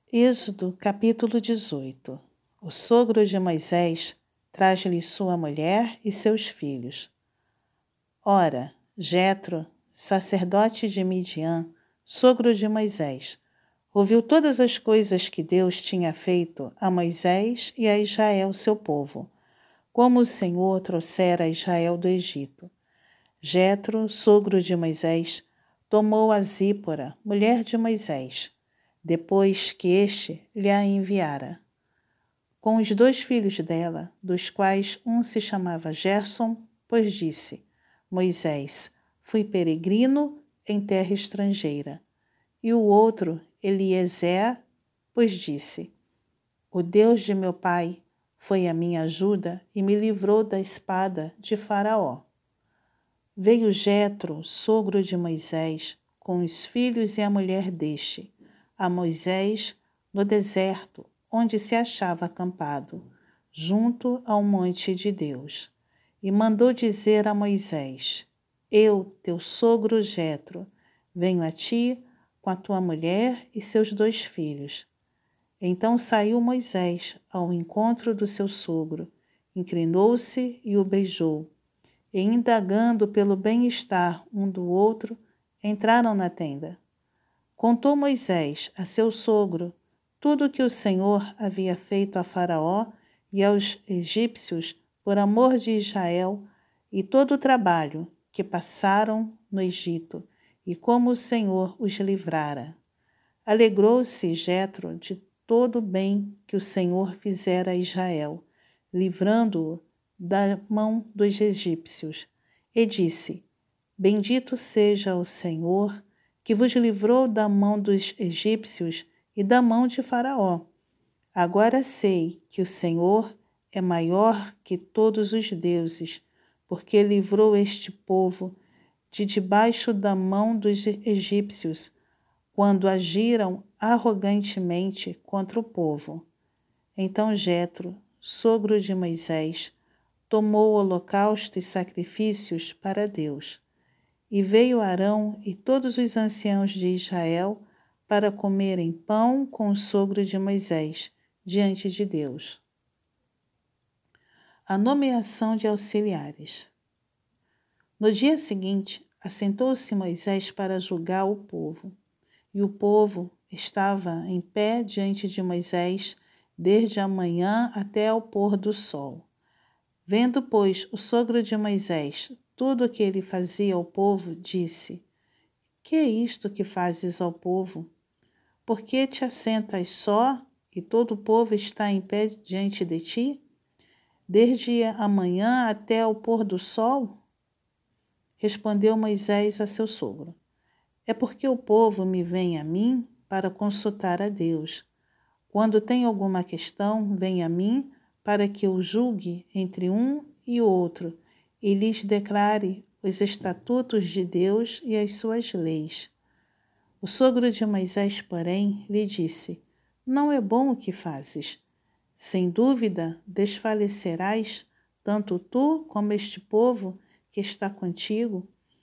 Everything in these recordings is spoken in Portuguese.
Êxodo, capítulo 18. O sogro de Moisés traz-lhe sua mulher e seus filhos. Ora, Jetro, sacerdote de Midian, sogro de Moisés, ouviu todas as coisas que Deus tinha feito a Moisés e a Israel, seu povo, como o Senhor trouxera a Israel do Egito. Jetro, sogro de Moisés, tomou a Zípora, mulher de Moisés, depois que este lhe a enviara, com os 2 filhos dela, dos quais um se chamava Gerson, pois disse: Moisés, fui peregrino em terra estrangeira. E o outro, Eliezer, pois disse: O Deus de meu pai foi a minha ajuda e me livrou da espada de Faraó. Veio Jetro, sogro de Moisés, com os filhos e a mulher deste, a Moisés no deserto, onde se achava acampado, junto ao monte de Deus. E mandou dizer a Moisés: Eu, teu sogro Jetro, venho a ti com a tua mulher e seus 2 filhos. Então saiu Moisés ao encontro do seu sogro, inclinou-se e o beijou. E, indagando pelo bem-estar um do outro, entraram na tenda. Contou Moisés a seu sogro tudo o que o Senhor havia feito a Faraó e aos egípcios por amor de Israel, e todo o trabalho que passaram no Egito, e como o Senhor os livrara. Alegrou-se Jetro de todo o bem que o Senhor fizera a Israel, livrando-o da mão dos egípcios, e disse: Bendito seja o Senhor, que vos livrou da mão dos egípcios e da mão de Faraó. Agora sei que o Senhor é maior que todos os deuses, porque livrou este povo de debaixo da mão dos egípcios, quando agiram arrogantemente contra o povo. Então Jetro, sogro de Moisés, tomou o holocausto e sacrifícios para Deus. E veio Arão e todos os anciãos de Israel para comerem pão com o sogro de Moisés, diante de Deus. A nomeação de auxiliares. No dia seguinte, assentou-se Moisés para julgar o povo. E o povo estava em pé diante de Moisés desde a manhã até ao pôr do sol. Vendo, pois, o sogro de Moisés tudo o que ele fazia ao povo, disse: Que é isto que fazes ao povo? Por que te assentas só e todo o povo está em pé diante de ti? Desde a manhã até ao pôr do sol? Respondeu Moisés a seu sogro: É porque o povo me vem a mim para consultar a Deus. Quando tem alguma questão, vem a mim para que eu julgue entre um e outro e lhes declare os estatutos de Deus e as suas leis. O sogro de Moisés, porém, lhe disse: Não é bom o que fazes. Sem dúvida, desfalecerás, tanto tu como este povo que está contigo,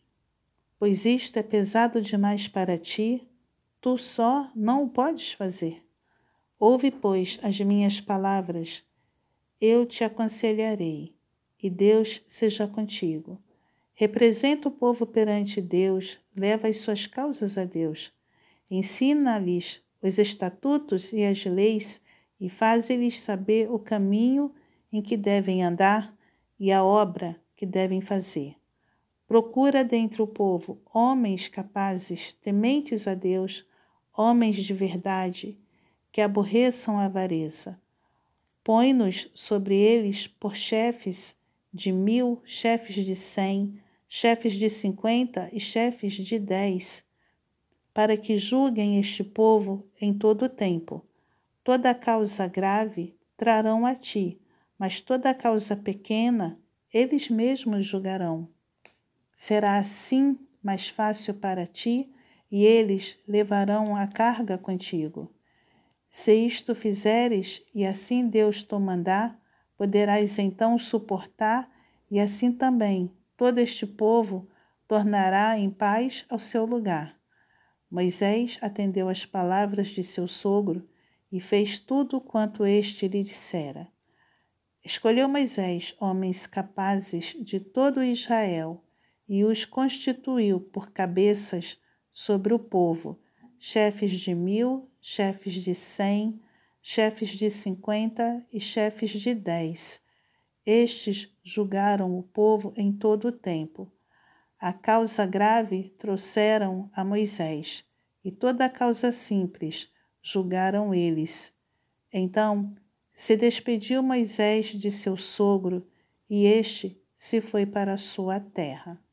pois isto é pesado demais para ti, tu só não o podes fazer. Ouve, pois, as minhas palavras, eu te aconselharei, e Deus seja contigo. Representa o povo perante Deus, leva as suas causas a Deus. Ensina-lhes os estatutos e as leis e faze-lhes saber o caminho em que devem andar e a obra que devem fazer. Procura dentre o povo homens capazes, tementes a Deus, homens de verdade, que aborreçam a avareza. Põe-nos sobre eles por chefes de 1000, chefes de 100, chefes de 50 e chefes de 10, para que julguem este povo em todo o tempo. Toda causa grave trarão a ti, mas toda causa pequena eles mesmos julgarão. Será assim mais fácil para ti, e eles levarão a carga contigo. Se isto fizeres, e assim Deus te mandar, poderás então suportar, e assim também todo este povo tornará em paz ao seu lugar. Moisés atendeu às palavras de seu sogro e fez tudo quanto este lhe dissera. Escolheu Moisés homens capazes de todo Israel e os constituiu por cabeças sobre o povo, chefes de 1000, chefes de 100, chefes de 50 e chefes de 10. Estes julgaram o povo em todo o tempo. A causa grave trouxeram a Moisés, e toda a causa simples julgaram eles. Então se despediu Moisés de seu sogro, e este se foi para a sua terra.